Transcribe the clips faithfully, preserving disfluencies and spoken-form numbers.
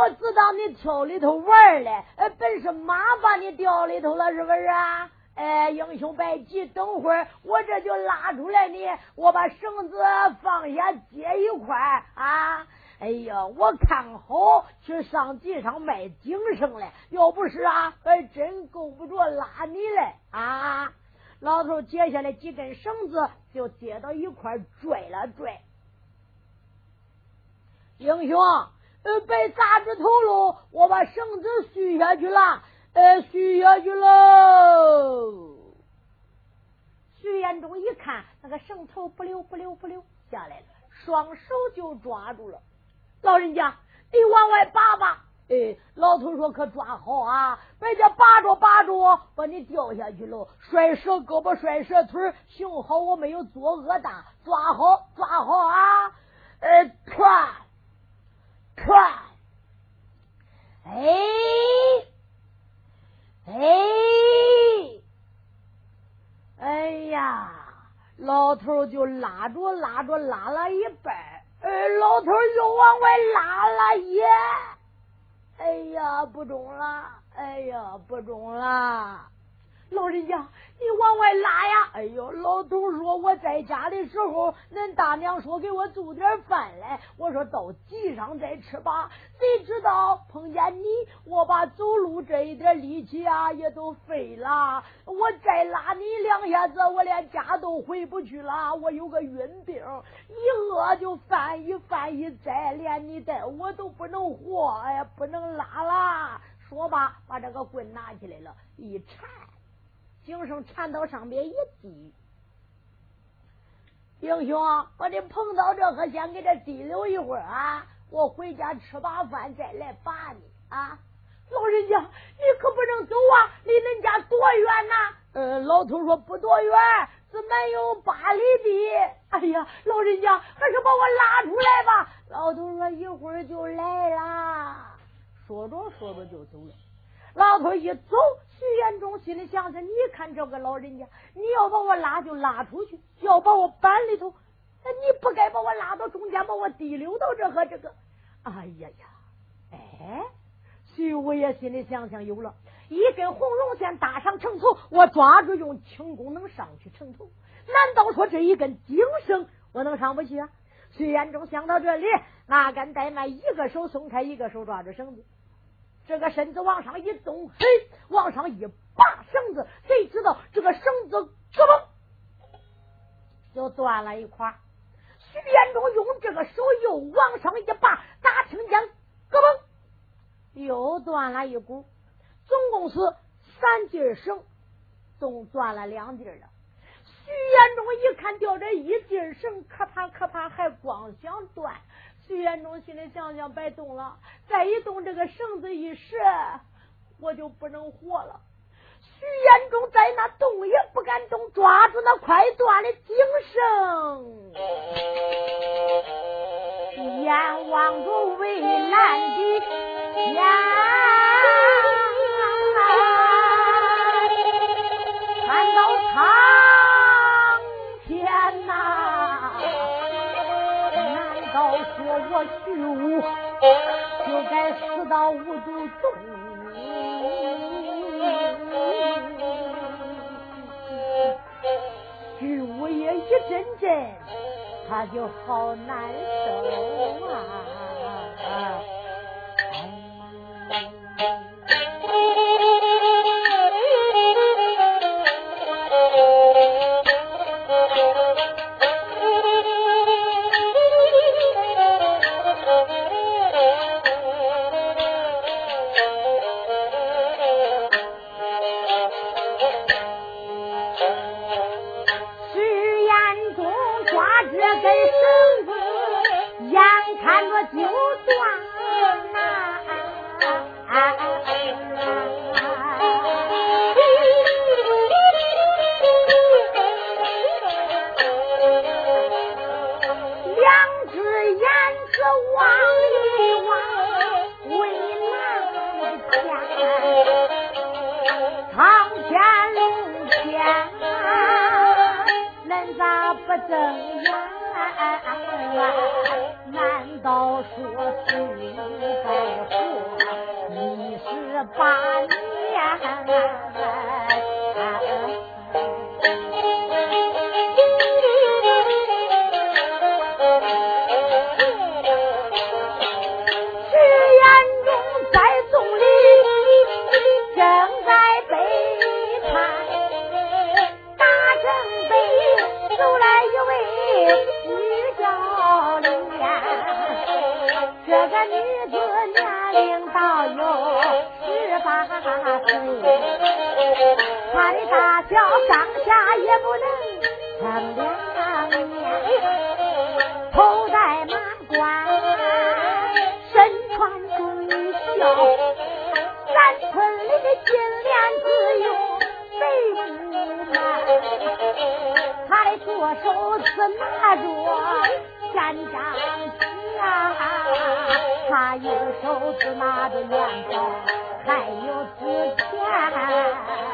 我知道你挑里头玩嘞，呃，本是马把你掉里头了，是不是啊？哎，英雄别急，等会儿我这就拉出来你，我把绳子放下接一块啊。哎呀，我看好去上集上卖精神嘞，要不是啊，还真够不着拉你嘞啊！老头接下来几根绳子就接到一块拽了拽。英雄，呃，被砸着头喽，我把绳子续下去了，呃，续下去喽。徐延忠一看那个绳头不溜不溜不溜下来了，双手就抓住了。老人家，你往外拔拔。哎，老头说可抓好啊，别叫拔着拔着把你掉下去喽，摔折胳膊摔折腿，幸好我没有作恶大，抓好抓好啊！呃，唰唰，哎哎哎呀，老头就拉着拉着拉了一半，呃，老头又往外拉了一，哎呀，不中了，哎呀，不中了。老人家，你往外拉呀！哎呦，老头说我在家的时候，恁大娘说给我做点饭来，我说到集上再吃吧。谁知道碰见你，我把走路这一点力气啊也都废了。我再拉你两下子，我连家都回不去了。我有个晕病，一饿就犯一犯一灾，连你带我都不能活，哎呀，不能拉了。说吧，把这个棍拿起来了，一缠。精神缠到上边一滴，英雄，我得碰到这可先给这滴溜一会儿啊！我回家吃把饭再来拔你啊！老人家，你可不能走啊！离恁家多远呐？呃，老头说不多远，只没有八里地。哎呀，老人家，还是把我拉出来吧！老头说一会儿就来啦。说着说着就走了。老头一走，徐延忠心里想着，你看这个老人家，你要把我拉就拉出去，要把我板里头，你不该把我拉到中间，把我滴溜到这和这个。哎呀呀，哎，徐五爷心里想想，有了一根红龙线搭上城头，我抓住用轻功能上去城头，难道说这一根精绳我能上不去啊？徐延忠想到这里，哪敢怠慢，一个手松开，一个手抓住绳子，这个身子往上一动，嘿，往上一拔绳子，谁知道这个绳子咯嘣就断了一块。徐延忠用这个手又往上一拔，咋听见咯嘣又断了一股，总共是三节绳，总断了两节了。徐延忠一看掉这一节绳，可怕可怕，还光想断。徐延忠心里想想，别动了，再一动这个绳子一折，我就不能活了。徐延忠在那动也不敢动，抓住那快断的精绳，眼望着蔚蓝的天，看到苍天哪，难道说我虚无就该死到无毒中？虚无也一阵阵，他就好难受啊！就断呐、啊，两只眼子望一望蔚蓝天，苍天龙天，恁咋不睁眼？难道要说岁在活一十八年，是眼中在洞里正在悲叹，大正北走来一位女教练，这个女子年龄到有十八岁，她的大小上下也不能称两年，头戴马冠，身穿贵孝，三寸里的金链子用北不满，他的左手是拿着山张旗啊，他右手是拿着元宝，还有纸钱，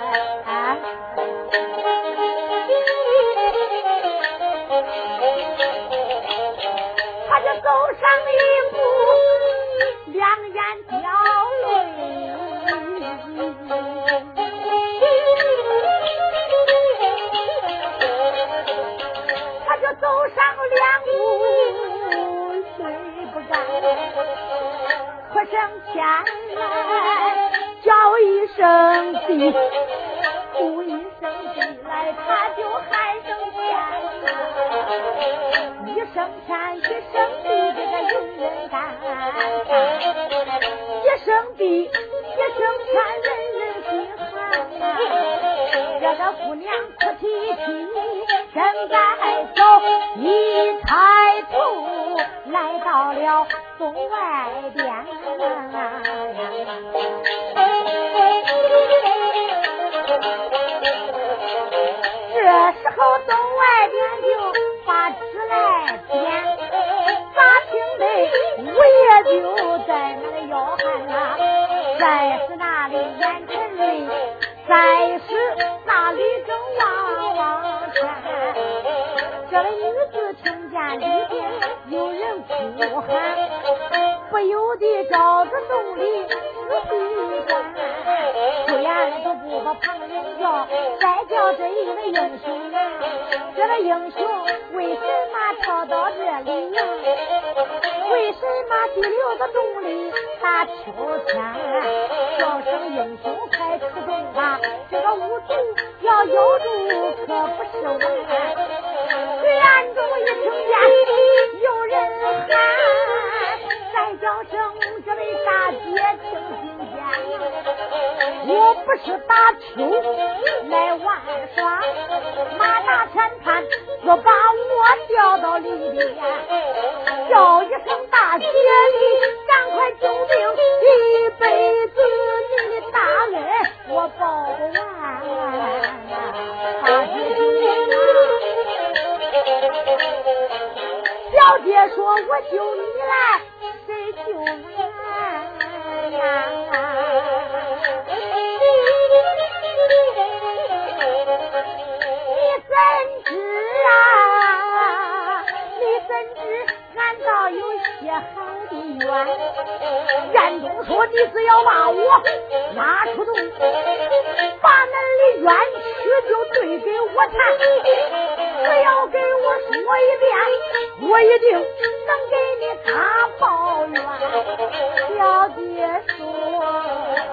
他就走上一步，两眼掉泪，他就走上两步，泪不干，可上前来叫一声弟，呼一声弟来，他就喊声天，一声天一声地，这个人人干，一声地一声天，人人心寒，这个姑娘哭啼啼正在走，一抬头来到了洞外边，这时候洞外边就把纸来点，咋听得我也就在那里吆喊啊，再是那里眼沉泪，再是那里正往往前，这位女子听见里边有人哭喊，不由得照着洞里仔细观，虽然都不把旁人叫，再叫这一位英雄啊，这个英雄为什么跳到这里呀？为什么第六个洞里打秋千？叫声英雄快出动吧，这个五毒要有住可不是我，暗中一听见有人喊，再叫声这位大姐听听见，我不是打球来玩耍，马大前看我把我掉到里边，叫一声大姐你赶快救命，一辈子你的大恩我报不完，大姐救小姐说我救你来谁救俺呀？你怎知啊？你怎知俺倒有血海的冤？严冬说你只要把我拉出洞，把恁的冤屈就对给我谈，只要给我说一遍，我一定能给你他报冤。小姐说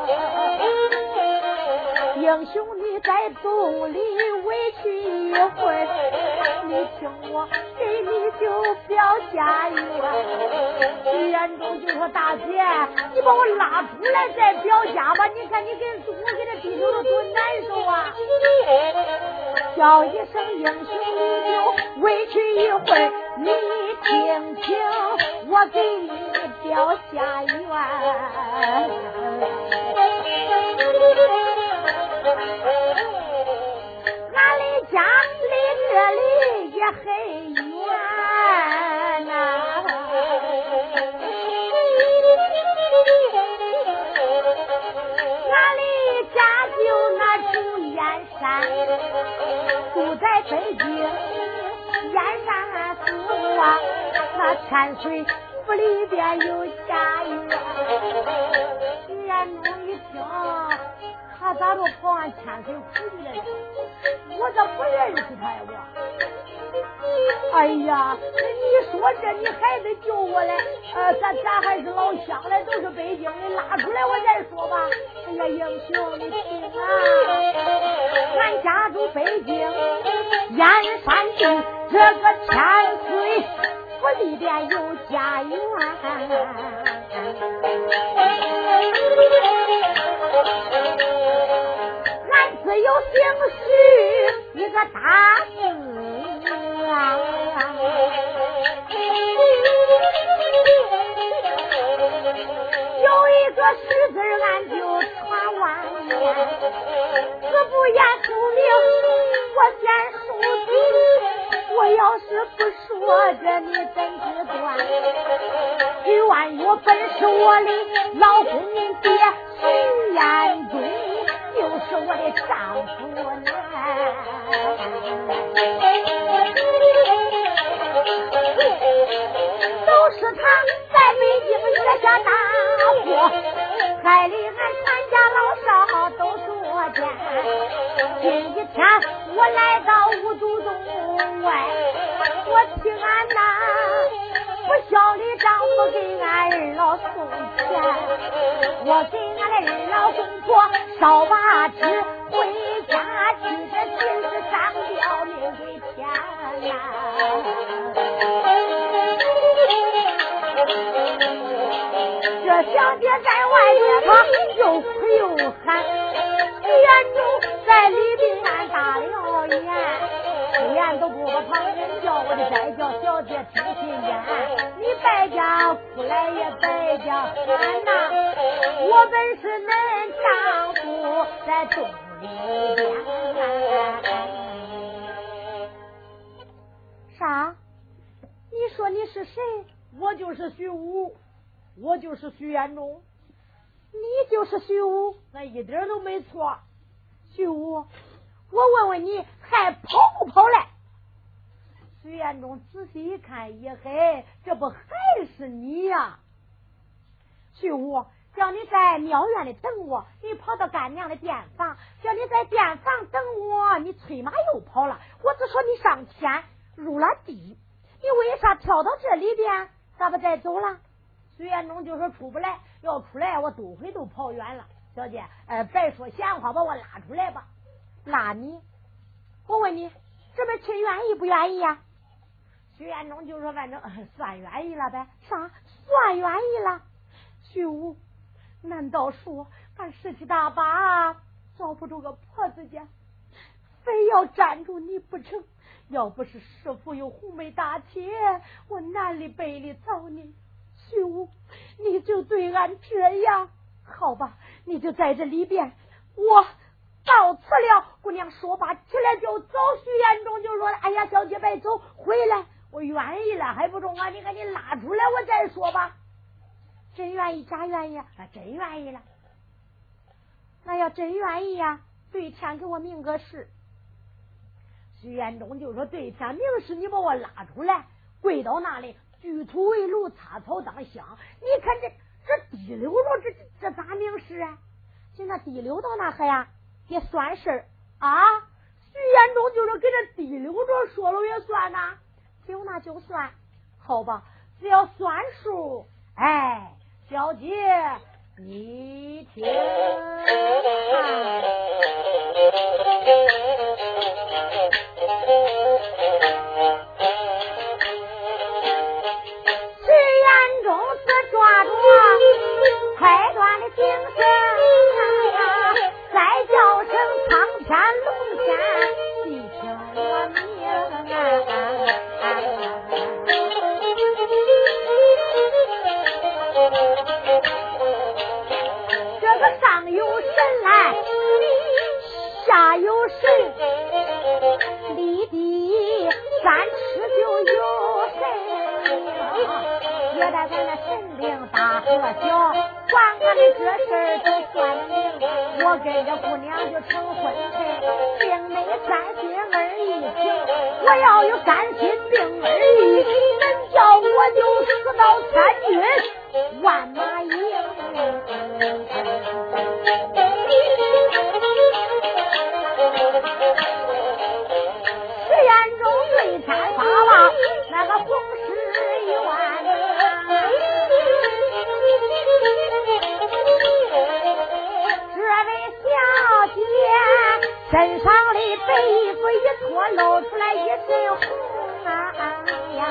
英雄你在洞里委屈一会儿，你听我给你就表下冤。严冬就说大姐你把我拉出来再表家吧，你看你给我给他低头了多难受啊。叫一声英雄你就委屈一会儿，你听听我给你表下冤。俺的家离这里也很远呐、俺的家就那住燕山，住在北京燕山府啊，那千岁府里边有家园。徐延忠一听，他咋着跑俺千岁府去了呢？我咋不认识他呀？我，哎呀，你说这你还得救我来？呃，咱咱还是老乡来，都是北京的，拉出来我再说吧。哎呀，英雄你听啊，俺家住北京燕山地，这个千岁府里边有家园。俺自有姓徐一个大字啊，有一个徐字俺就传万年，自不言出名我先数字，我要是不说这你怎知断？徐万月本是我的老公爹，徐延忠就是我的丈夫呢。都是他在北京惹下大祸，害得俺全家老少都作践。今一天我来到五祖洞外，我请俺那不孝的丈夫给俺二老送钱，我给俺的二老公婆烧把纸回家去，这尽是上吊命给天呐。这小姐在外面她又哭又喊，徐延忠在里边打了眼，眼都不把旁人叫，我的再叫小姐听心间，你败家哭来也败家喊呐，我本是恁丈夫在洞里边。啥？你说你是谁？我就是徐武，我就是徐延忠。你就是徐武？那一点都没错。徐武，我问问你还跑不跑来？徐延忠仔细一看，也嘿，这不还是你呀、啊？徐武，叫你在庙院里等我，你跑到干娘的店房，叫你在店房等我，你催马又跑了。我只说你上天入了地，你为啥跳到这里边？咋不再走了？徐延忠就说出不来，要出来我都会都跑远了。小姐，呃，别说闲话，把我拉出来吧。拉你？我问你，这边亲愿意不愿意呀、啊？徐延忠就说反正、呃、算愿意了呗。啥？算愿意了？徐武，难道说俺十七大八找不着个婆子家，非要站住你不成？要不是师傅有红梅大姐，我南里北里找你。徐武，你就对俺这样，好吧，你就在这里边，我到此了。姑娘说罢起来就走。徐延忠就说，哎呀，小姐别走，回来，我愿意了还不中啊？你赶紧拉出来我再说吧。真愿意假愿意啊？真愿意了。那要真愿意呀、啊，对天给我明个誓。徐延忠就说，对天明誓，你把我拉出来，跪到那里，举土为炉，插草当香。你看这这地溜着，这这这咋明示啊？就那地溜到那还呀也算事儿啊？徐延忠就说，给这地溜着说了也算呐。行，那就算，好吧，只要算数。哎，小姐你听啊，徐延忠是抓住快断的精神啊，再叫声苍天龙天，细听我命啊。这个上有神来，下有神，立地三尺就有神灵，也带咱的神灵大和小，还俺的这事儿都算明。我跟着姑娘就成婚配，并没三心二意情，我要有三心并二意，能叫我就死到天万马营。徐彦中对天发了那个红十元，这位小姐身上的白衣服一脱，露出来一身红啊呀！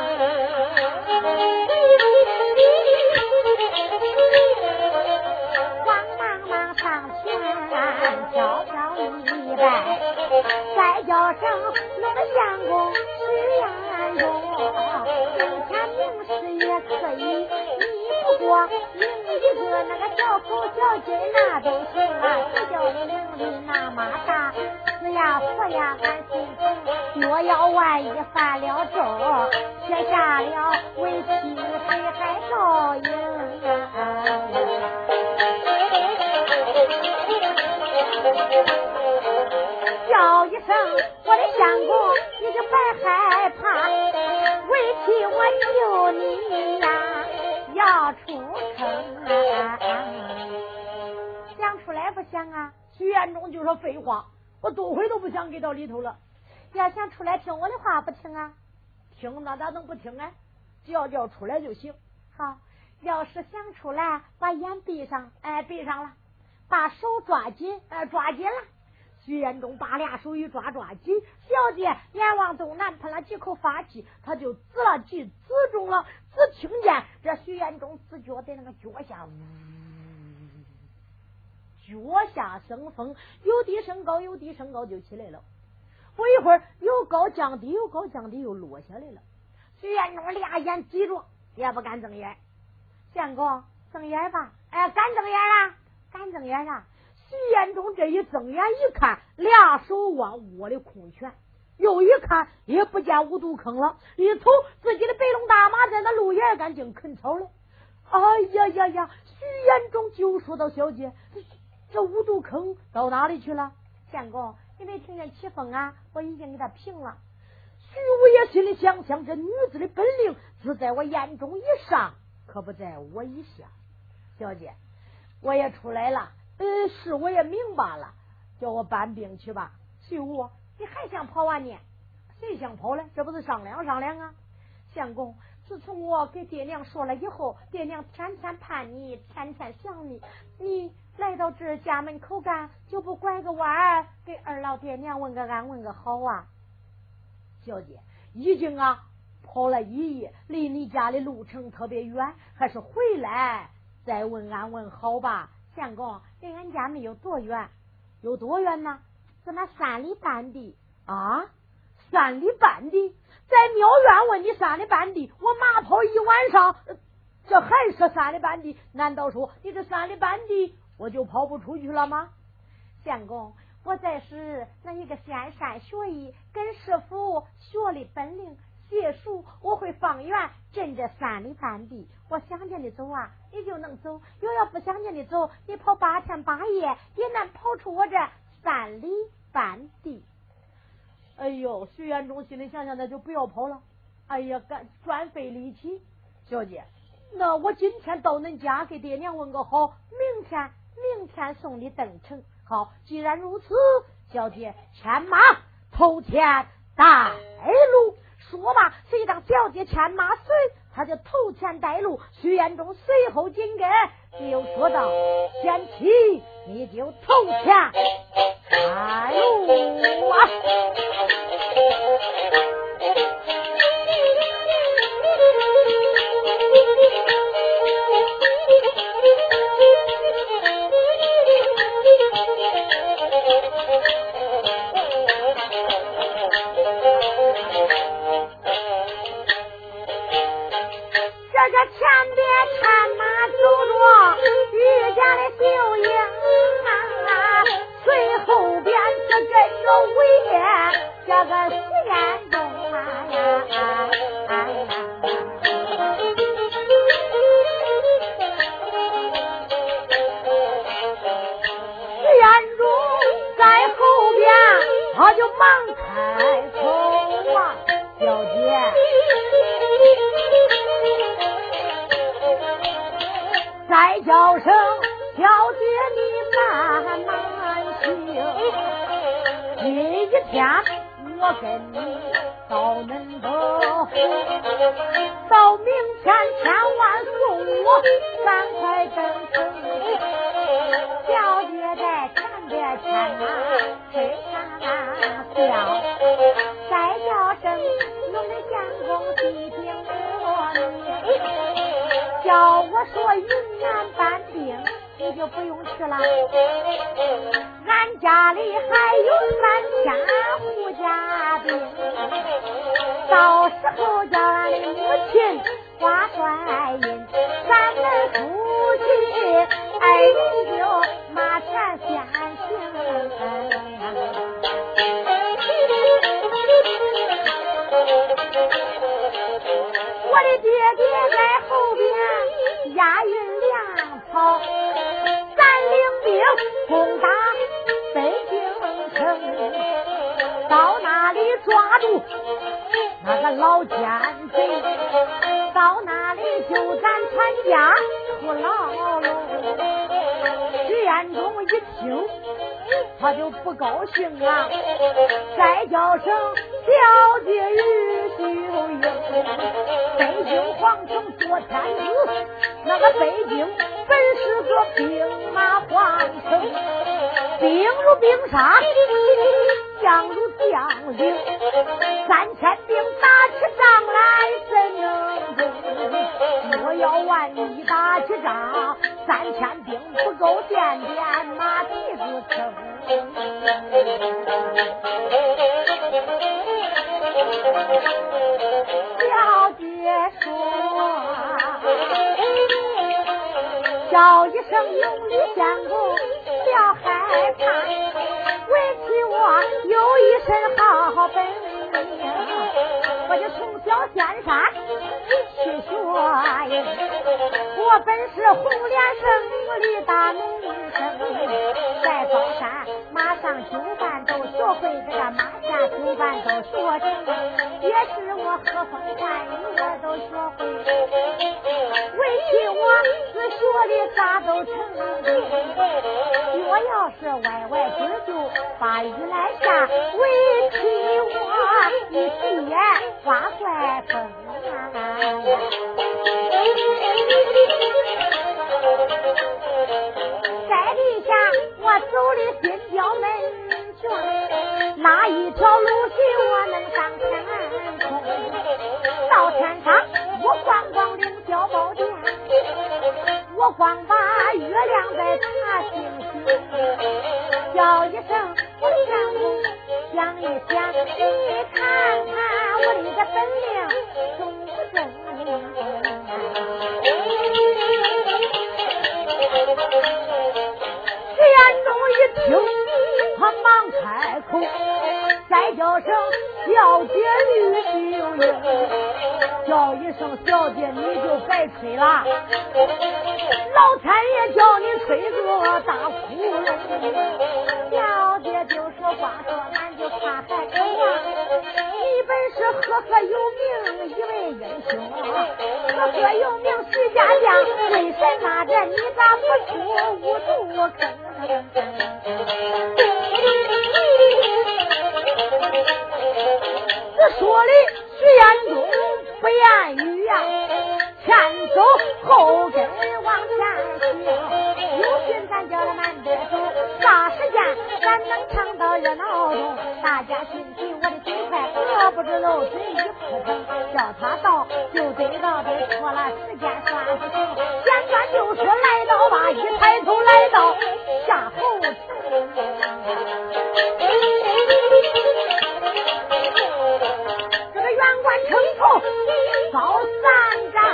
慌忙忙上前悄悄一拜，再叫声龙相公徐彦中，明天明时也可以，你不过领一个那个小狗小鸡那都行啊，只叫你能力那么大，死呀活呀俺心疼，若要万一犯了咒，却下了为妻谁还照应啊！叫一声我的相公，你就别害怕，为妻我救你呀，要出城啊！想出来不想啊？徐彦中就说废话，我多回都不想给到里头了。要想出来听我的话不听啊？听那咋能不听啊？只要叫出来就行。好，要是想出来，把眼闭上，哎，闭上了，把手抓紧，哎，抓紧了。徐彦中把俩手一抓抓紧，小姐眼望东南，喷了几口法气，他就指了几指中了，只听见这徐彦中只觉得那个脚下脚下生风，有低升高，有低升高就起来了。不一会儿有高降低，有高降低又落下来了。徐彦中俩眼挤住，也不敢睁眼。相公，睁眼吧。哎，敢睁眼啊？敢睁眼啊？徐彦中这一睁眼一看，俩手腕握的空拳，又一看也不见五毒坑了，一瞅自己的白龙大马在那路沿干净啃草了。哎呀呀呀！徐彦中就说到小姐，这五毒坑到哪里去了？相公，你没听见起风啊？我已经给他平了。徐五爷心里想想，这女子的本领只在我眼中以上，可不在我以下。小姐，我也出来了，呃，是我也明白了，叫我搬兵去吧。徐五，你还想跑啊你？谁想跑了？这不是商量商量啊？相公，自从我给爹娘说了以后，爹娘天天盼你，天天想你，你来到这家门口干，就不拐个弯儿给二老爹娘问个安问个好啊？小姐，已经啊跑了一夜，离你家的路程特别远，还是回来再问安问好吧。相公，离俺家没有多远。有多远呢？是那三里半地啊，三里半地，在庙院问你三里半地，我马跑一晚上，这还是三里半地？难道说你这三里半地我就跑不出去了吗？相公，我在是那一个仙山学艺，跟师傅学的本领解数，我会方圆镇这三里半地，我想见你走啊你就能走，又要不想见你走，你跑八天八夜也难跑出我这三里半地。哎呦，徐彦中心里想想，那就不要跑了。哎呀，干专费力气。小姐，那我今天到恁家给爹娘问个好，明天明天送你登城。好，既然如此，小姐牵马头前带路。说吧，谁让小姐牵马随，他就头前带路。徐彦中随后紧跟，又说道：贤妻，你就头前带路啊！这个前边看马走着玉家的秀英啊，随后边是跟着五爷这个徐彦中啊呀，徐彦中在后边他就忙开口啊，小姐再叫声小姐你慢慢行，今一天我跟你到门头，到明天千万送我三块灯绳，小姐在前边牵马吹上笑，再叫声龙的相公地平我你，叫我说云南搬兵你就不用吃了，俺家里还有三千户家兵，到时候叫俺的母亲挂帅印，咱们夫妻二人就马前先行。我的爹爹在后边押运粮草，咱领兵攻打北京城，到那里抓住那个老奸贼，到那里就咱全家出牢笼。徐彦中一听他就不高兴啊，再叫声小姐与秀英，北京皇城做天子，那个北京本是个兵马皇城，兵如兵杀，将如将领，三千兵打起仗来怎能中？我要万一打起仗，三千兵不够垫垫马蹄子撑。小姐说，叫一声龙里相公不要害怕，为起我有一身好本领，我就从小仙山去学艺，我本是红莲省里大农生，在高山马上九班都学会，这个马下九班都学成，也是我和风汉语我都学会，为起我自学的啥都成，我要是歪歪嘴就把雨来下，为起我一闭眼刮怪风啊！在地下我走的新郊门圈，哪一条路线我能上天空？到天上我逛逛凌霄宝殿，我光把月亮在查星星，叫一声我的相公想一想，你看看我的个本领中不中？徐彦中一听他忙开口，再叫声小姐吕秀英，叫一声小姐你就别吹了，老天爷叫你吹个大窟窿。小姐就说光说俺就怕害羞啊，你本是赫赫有名一位英雄，赫赫有名徐家将，为什么这你咋不出五毒坑？这说的徐彦中不言语呀，前走后跟往前行，有心咱叫他慢点走，啥时间咱能唱到热闹中？大家兴起我的嘴快，可不知漏嘴一扑腾，叫他到就得到得错了时间算不成，简单就是来到吧，一抬头来到夏侯城。这个远观城头高三丈，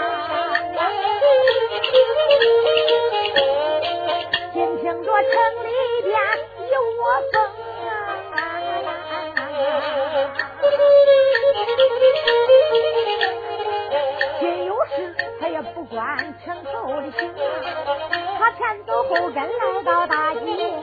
尽听着城里边有我风心有事他也不管城头的情啊，他前走后跟来到大街，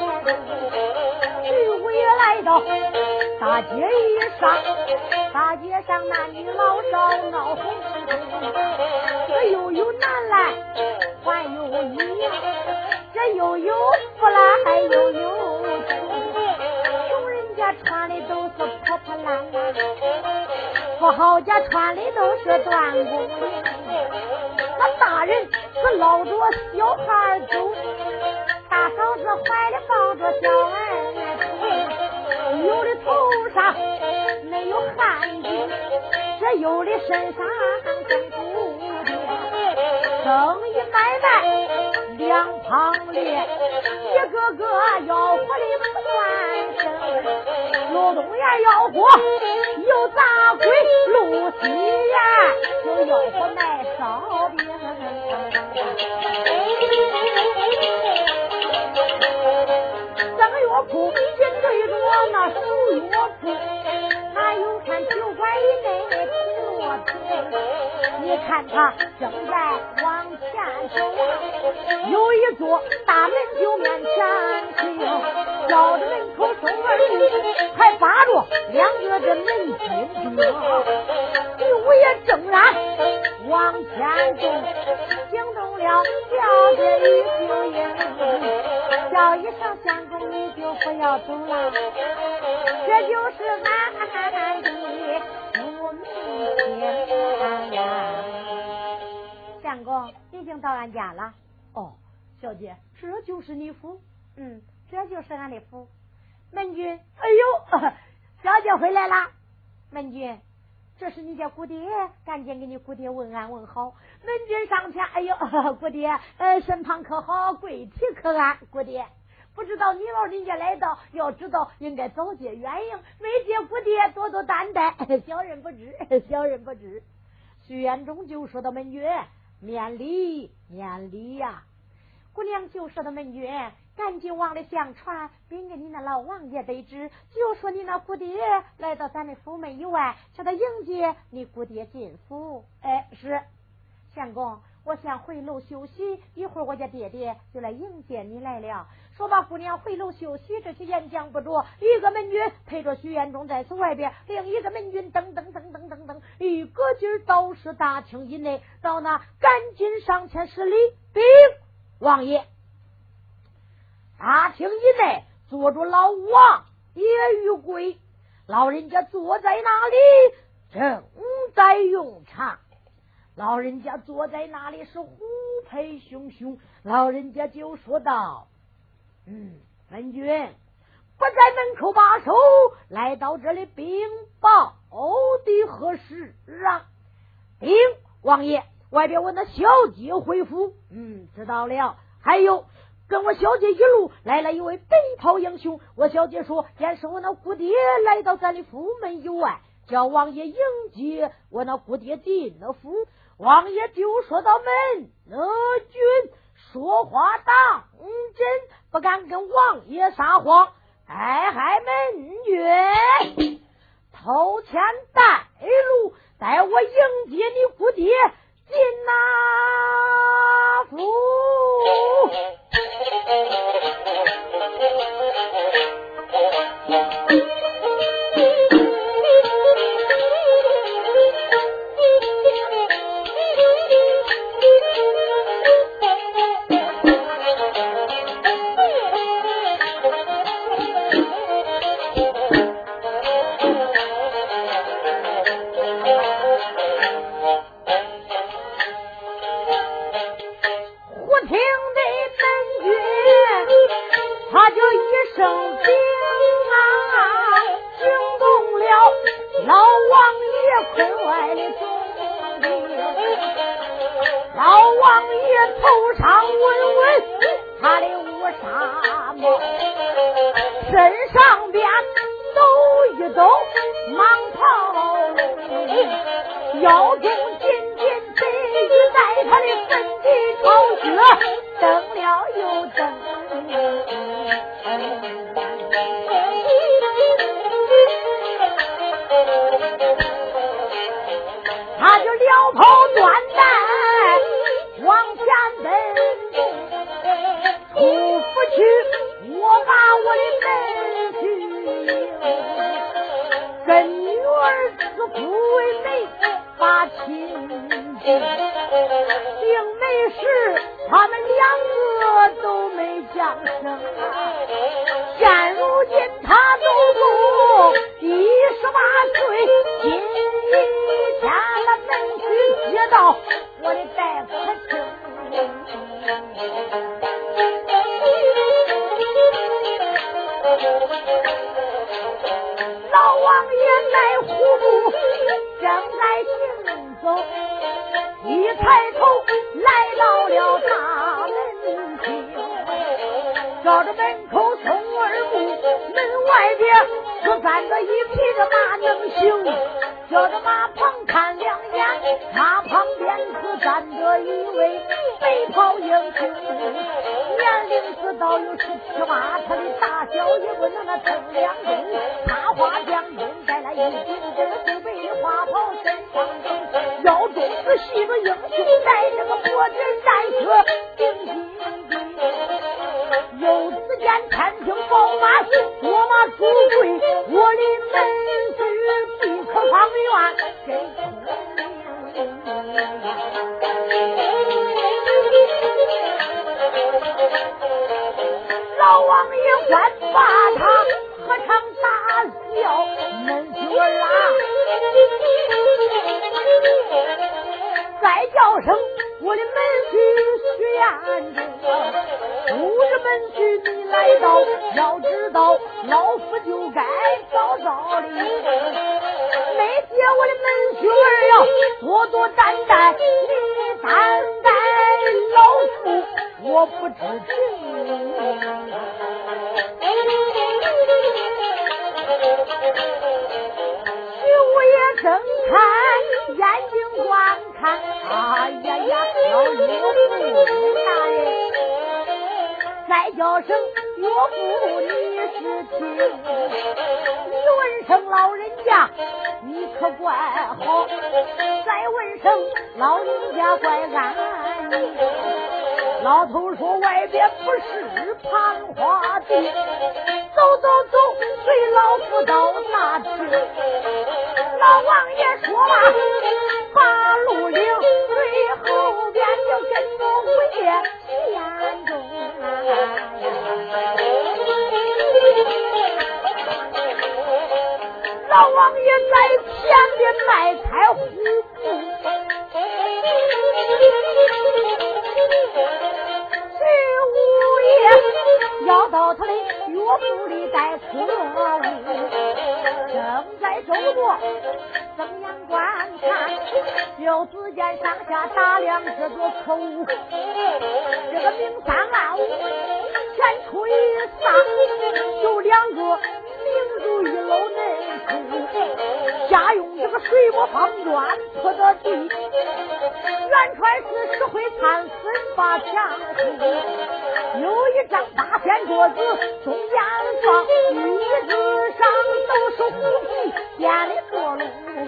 徐武也来到大街一上，大街上男女老少闹哄哄，这又有男来还有有一样，这又有富了还又有穷人家穿的都是破破烂烂，富豪家穿的都是断工领，那大人是捞着小孩走，大嫂子怀里抱着小儿，有的头上没有汗巾，这有的身上像骨头，生意买卖两旁列，一个个吆喝的不断声，有东呀吆喝，有砸鬼路西呀，就吆喝卖烧饼。正月铺紧对着那十月铺，哪有看酒馆里那铁骆驼？你看他正在往前走，有一座大门就面前去，叫着门口收儿女，还把着两个这门军兵，午夜正然往前走，惊动了叫着一声音，叫一声相公你就不要走了，这就是俺的福命天。相公已经到俺家了。哦，小姐，这就是你府？嗯，这就是俺的府。门军，哎呦，小姐回来了。门军，这是你家姑爹，赶紧给你姑爹问安问好。门军上前，哎呦，姑爹，呃，身旁可好，贵体可安？姑爹，不知道你老人家来到，要知道应该早接远迎，没接姑爹多多担待，小人不知，小人不知。徐元忠就说到门军，免礼免礼呀、啊！姑娘就说到门军，赶紧往里相传，禀给你那老王爷得知，就说你那姑爹来到咱的府门以外，叫他迎接你姑爹进府。哎，是相公，我想回楼休息，一会儿我家爹爹就来迎接你来了。说把姑娘回楼休息，这些言讲不着，一个门军陪着徐元忠在此外边，另一个门军噔噔噔噔噔噔，一个劲儿到是大厅以内，到那赶紧上前施礼，禀王爷。大厅以内坐着老王爷玉贵，老人家坐在那里正在用茶，老人家坐在那里是虎背熊熊，老人家就说道：嗯，门军不在门口把守，来到这里禀报的何事啊？禀王爷，外边我那小姐回府。嗯，知道了。还有跟我小姐一路来了一位北炮英雄，我小姐说见是我那姑爹来到咱的府门以外，叫王爷迎接我那姑爹进了府。王爷就说到门那军说话当真，不敢跟王爷撒谎。哎嗨，门军头前带路，带我迎接你姑爹进那府。并没使他们两降生啊！现如今他都够一十八岁，今天了门去接到我的大客厅。老王爷在虎步正在行走，一抬头来到了大门厅，照着门口松耳目，门外边可站着一匹的马能行，照着马旁看两眼，马旁边可站着一位背袍英雄，年龄知道有十七八，他的大小也不能那称两中，插花将军带来一顶这个后背的花袍身上中，腰中是系着英雄带，这个脖子带着顶金龟，有只见天庭宝马多马主贵，我的门婿即可方圆真聪老王爷管把他何尝大笑门婿儿啊，再叫声我的门婿徐彦中，不是门婿你来到，要知道老夫就该早早的没接我的门婿儿呀，多多担待你担待老夫我不知情。徐五爷睁开眼睛观看，哎呀呀，老岳父大人，再叫声岳父你是听，你问声老人家你可怪好，再问声老人家怪安逸。老头说外边不是盘花地，走走走，随老夫到大厅。老王爷说吧，把路领，随后边就跟着回县中老王爷在前边迈开虎步，要到他的岳父里带客户，正在周末睁眼观看，就只见上下打量这座客户，这个明三暗五前出一上，有两个明如一楼内处，下用这个水磨方砖铺的地，原揣是石灰炭粉把墙涂，有一张八仙桌子中间放，椅子上都是虎皮编的坐笼，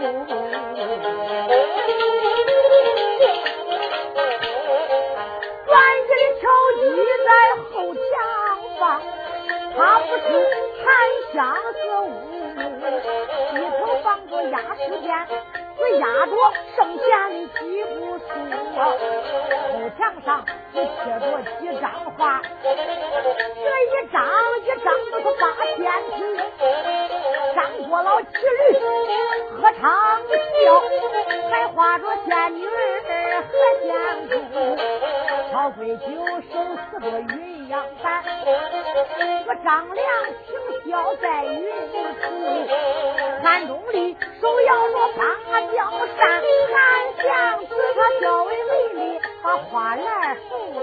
专业的条机在后墙放，它不是檀香和乌木，里头放着压石片，是压着圣贤的几部书啊，后墙上是贴着几张画，这一张一张都是八仙子，张国老骑驴合唱笑，还画着仙女儿和仙姑，曹贵九手持着云阳板，我张良挺笑在云处，汉钟离手摇着芭蕉扇，韩相指他较为美丽把花篮送，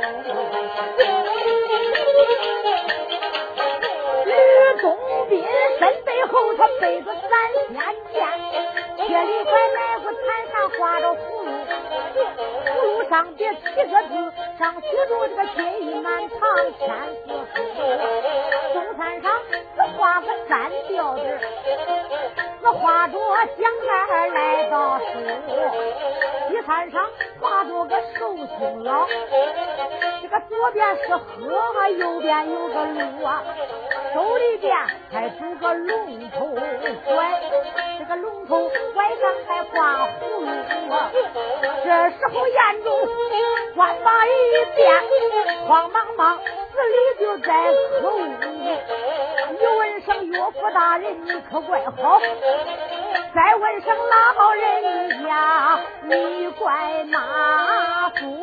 吕洞宾身背后他背着三仙剑，切里拐来个坛上画着葫芦，葫芦上别七个字，上写着这个金玉满堂千字书，中山上只画个三吊子，只画着香儿来到书，西山上画着个寿星老，这个左边是河，右边有个路啊，手里边还拄个龙头拐，这个龙头拐上还挂葫芦啊。这时候眼中观马一变，慌忙忙死里就在可恶。一问声岳父大人你可怪好，再问声老人家你怪哪副？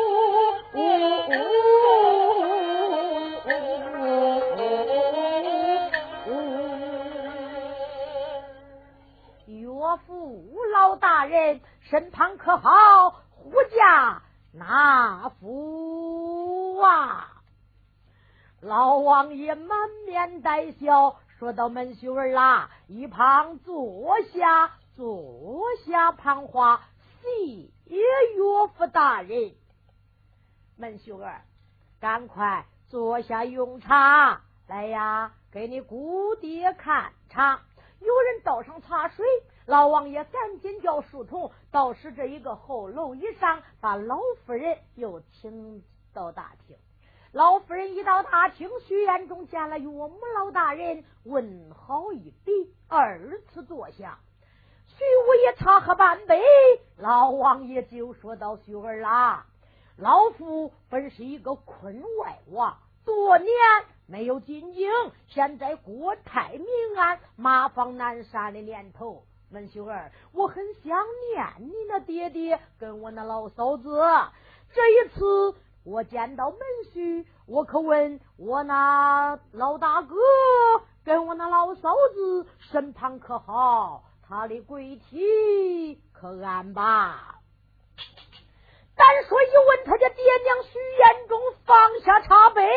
岳父老大人身旁可好？护驾哪副啊？老王爷满面带笑说道：门秀儿啦，一旁坐下坐下，旁话谢岳父大人。门秀儿赶快坐下用茶来呀，给你姑爹看茶。有人倒上茶水，老王爷赶紧叫书童倒使这一个后楼以上，把老夫人又请到大厅。老夫人一到大厅，徐院中见了岳母老大人，问好一礼，二次坐下。徐五爷茶喝半杯，老王爷就说到：徐儿啦，老夫本是一个坤外王，多年没有进京，现在国泰民安，马放南山的年头。文秀儿，我很想念你那爹爹跟我那老嫂子。这一次我见到门婿，我可问我那老大哥跟我那老嫂子身旁可好？他的贵体可安吧？单说一问，他家爹娘徐彦中放下茶杯，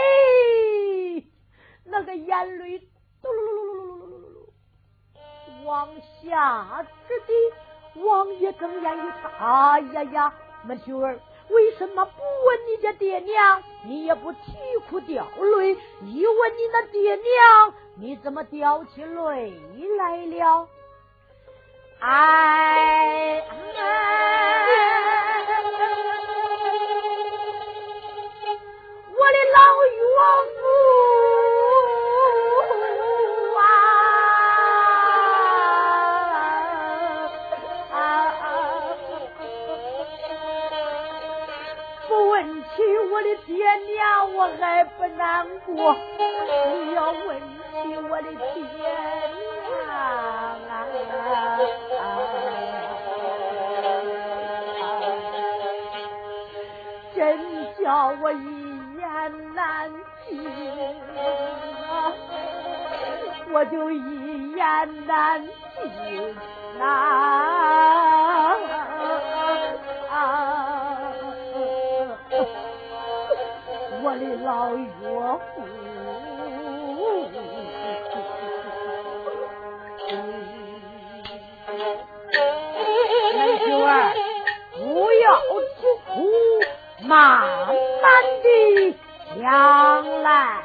那个眼泪嘟噜噜噜噜噜噜噜噜往下直滴。王爷睁眼一看，哎呀呀，门秀儿，为什么不问你家爹娘，你也不啼哭掉泪？一问你那爹娘，你怎么掉起泪来了？哎哎，我的老岳父啊啊啊！不问起我的爹娘，我还不难过。你要问起我的爹娘啊！真叫我一言难尽啊！我就一言难尽啊！啊我的老岳父，门秀儿，不要哭哭，慢慢地讲来。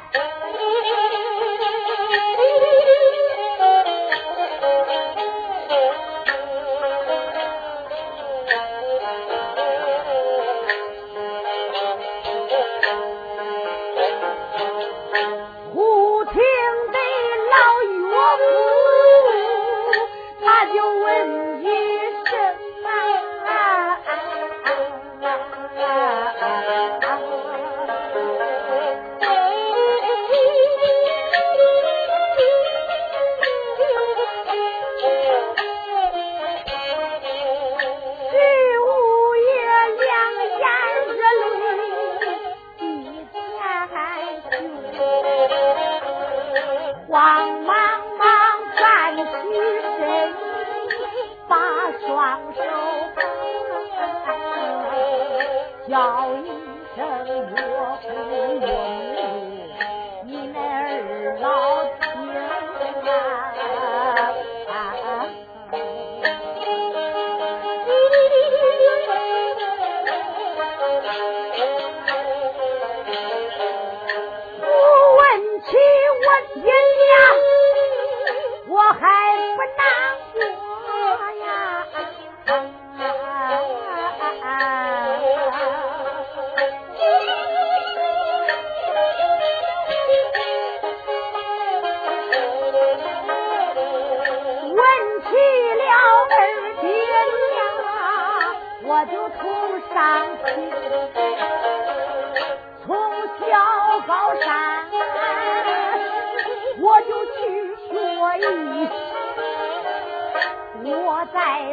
忽听得老岳父，他就问一声啊，徐五爷两眼热泪一抬袖，慌忙忙站起身，把双手叫一声岳父岳母，你那儿老听啊！不问起我爹娘，我还不难过呀！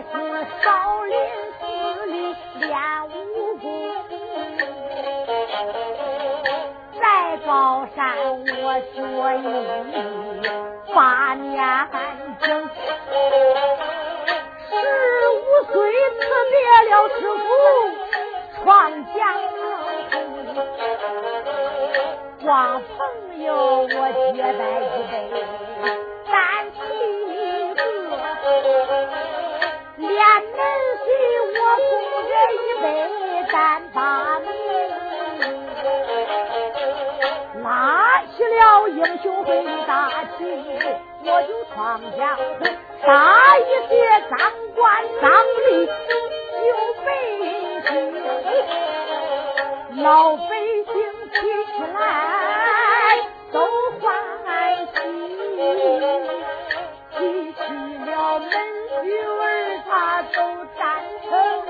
太师少林寺里练武功，在高山我学艺八年整，十五岁辞别了师傅闯江湖，光朋友我接待一杯干七个，连门水我供着一杯干八名，拉起了英雄会大旗，我就闯江湖，打一些当官当吏就被刑，老百姓提起来都欢喜，提起了门女儿他都赞成。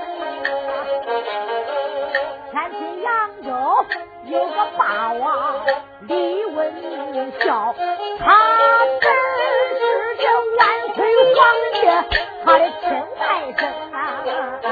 前秦扬州有个霸王李文孝，他本是这万岁皇爷他的亲外甥啊，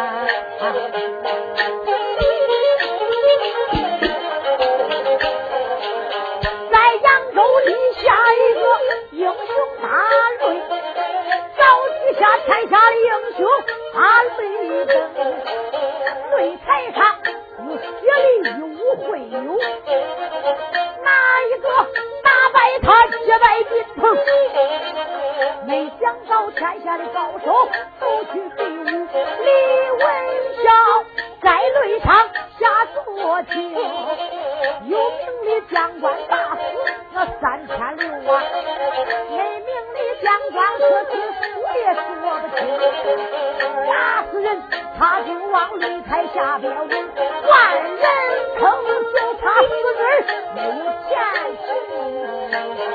在扬州立下一个英雄大瑞，召集下天下的英雄他瑞登，擂台上有协力有武会有，哪一个打败他结拜宾朋？没想到天下的高手都去比武，李文孝在擂场下坐停，有名的将官大死那三千六啊，没名的将官可听我也说不清，打死人他就往擂台下边问，万人称就他死人没有前情，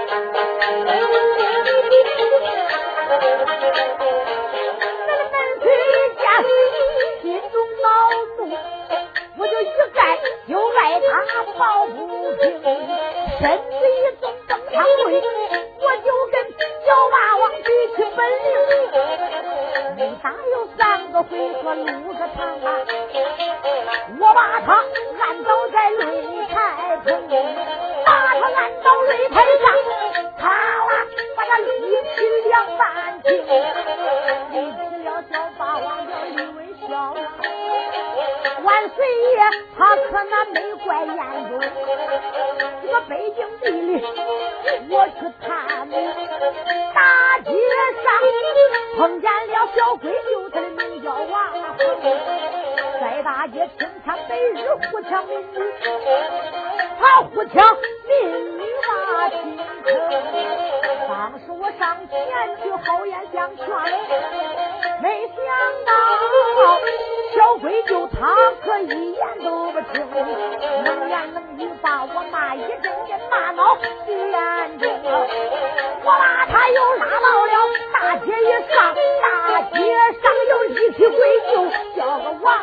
那个门推见心中恼怒，我就一概就爱他抱不平，身子一动登堂会，我就跟小霸王比起本领，没打有三个回合撸个场啊，我把他按倒在擂台旁，把他按倒擂台上，他啦把他立起两半斤，立起了小霸王叫李文孝啊，万岁爷他可那没怪眼中，这个北京地里我去探路，大街上碰见了小鬼舅，他的名叫王恒，在大街听枪白日互抢民女，他互抢民女把心疼，当时我上前去好言相劝，没想到小鬼舅他可一言都不听，能言能语把我骂一阵阵骂恼眼中，我把他又拉到了大街一上，大街上又一起鬼舅叫个王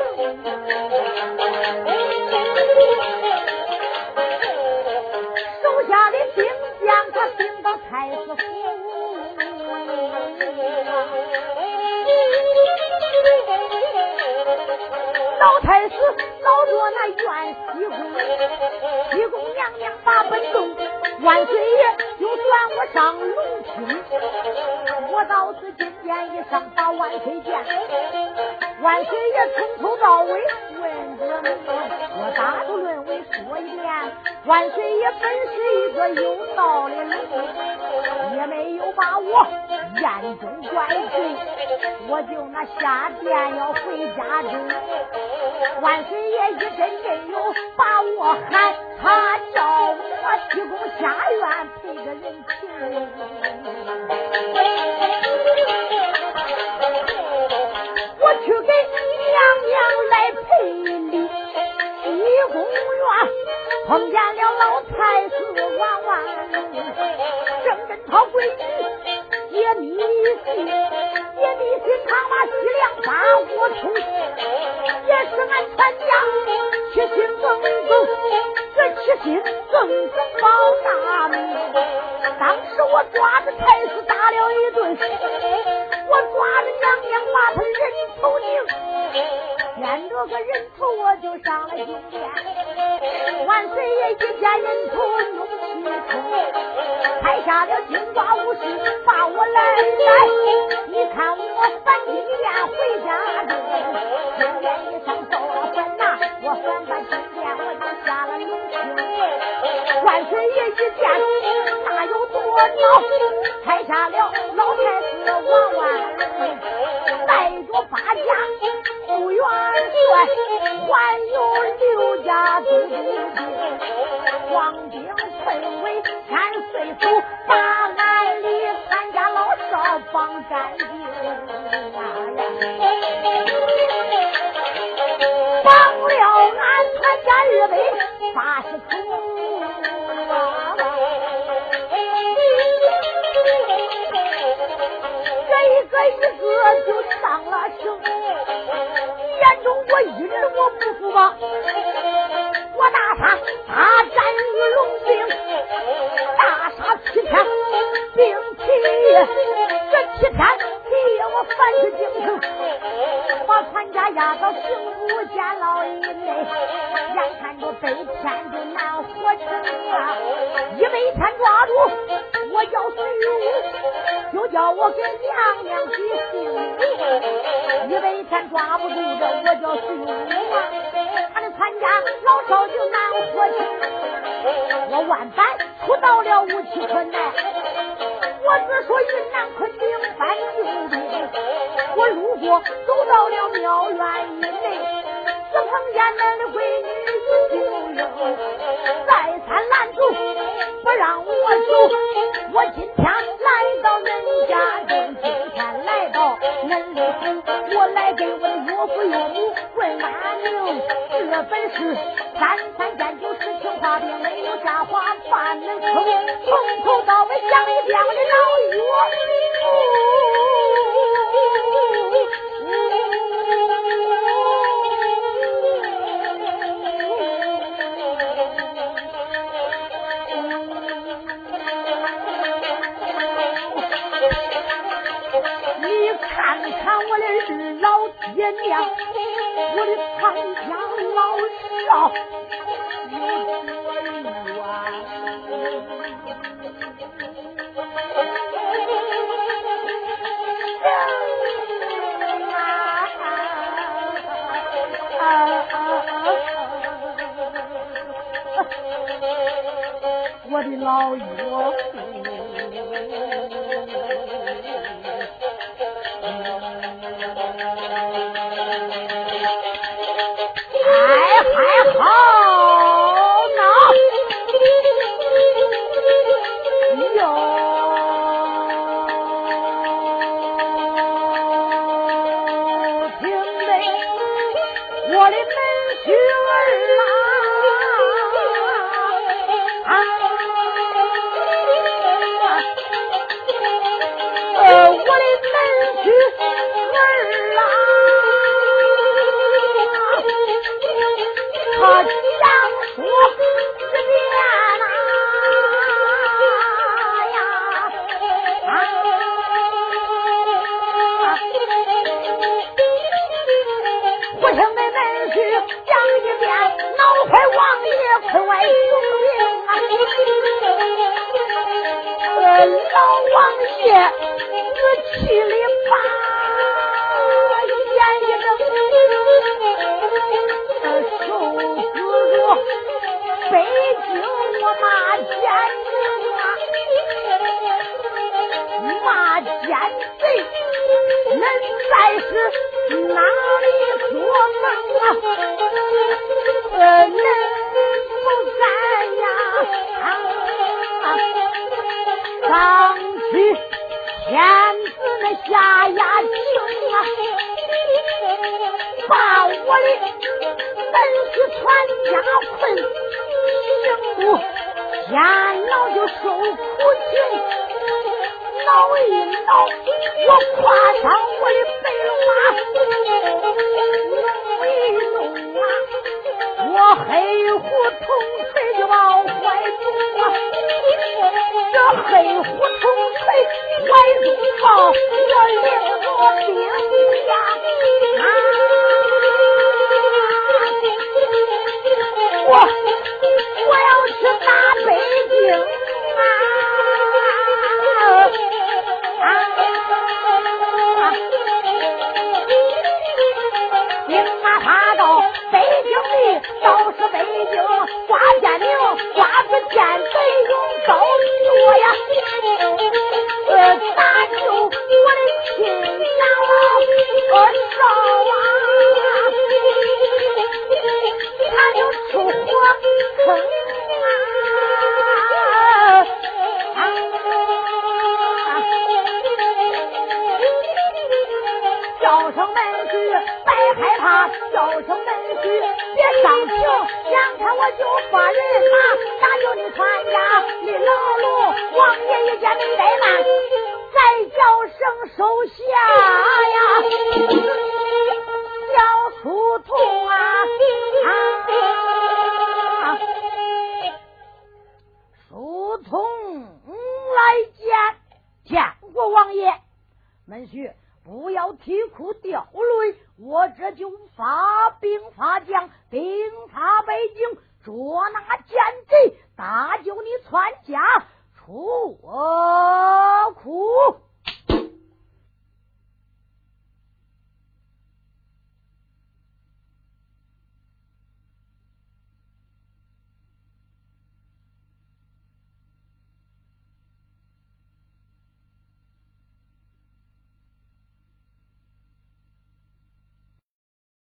手下的兵将他兵到太师府，老太师老着那院西宫，西宫娘娘把本动，万岁爷就算我上龙厅，我倒是今天一上把万岁见，万岁爷从头到尾问着我，大都论为说一遍，万岁爷本是一个有道的人，也没有把我眼中怪罪，我就那下殿要回家中，万岁爷一阵阵又把我喊，他叫我提供下院赔个人情，我去给娘娘来赔礼，西宫院碰见了老太师王万正跟他闺女也迷信，也迷信他把西凉把我出，也是俺全家七心耿耿，这七心耿耿保大名。当时我抓着太师打了一顿，我抓着娘娘把他这个人头我就上了金殿，万岁爷一见人头怒气冲，拍下了金瓜武士把我来来，你看我返金殿回家中，金殿一上到了坟呐，我返返金殿我就下了龙厅，万岁爷一见那有多恼，拍下了老太子王万荣，带着八家不元帅，还有刘家都督兵，黄兵退为千岁府，把俺里参加老少帮战兵，帮了俺参加二百八十口啊！这一个一个就上了城，眼中我一人我不服吧，我大杀大战与龙兵，大杀七天并齐，这七天替我返去京城，把全家押到刑部监牢以内，眼看着北天就难活成啊！一百天抓住我叫徐武，就叫我给娘娘去姓李，一百天抓不住的我叫徐武啊！他的全家老少就难活成，我万般出到了无期可奈，我只说云南昆明搬救兵，我路过走到了庙院以内，只碰见恁的闺女秀英，再三拦住不让我走，我今天来到恁家中，今天来到恁的府，我来给我的岳父岳母问安宁，这本是三三见九十情话并没有瞎话，把恁从从头到尾讲一遍我的老岳你看看我的日老爹娘，我的全家老少有多冤，我的老岳父哎还好呢哟，听得我的门婿儿啊，呃我的门婿儿啊，他想说这边呐呀，我听那门婿讲一遍，脑快王爷快外雄兵啊！呃，老王爷自气里把眼一睁，受死着北京我骂奸人啊，骂奸贼，恁在是哪里做梦啊？呃，恁不在呀？上去天子那下压情啊，把我的本是全家困，刑部天老就受苦情，挠一挠我跨上我的白马，弄一弄啊，我黑胡同锤就往怀中啊，这黑胡同锤怀中抱，我领着兵呀啊！ 啊！叫声门婿别害怕，叫声门婿别伤情，两天我就发人马，打救你全家你老路，王爷一见没怠慢，再叫声收下呀，叫书童啊啊！书童来见见过王爷，门婿不要啼哭掉泪，我这就发兵发将，兵发北京，捉拿奸贼，搭救你全家出苦。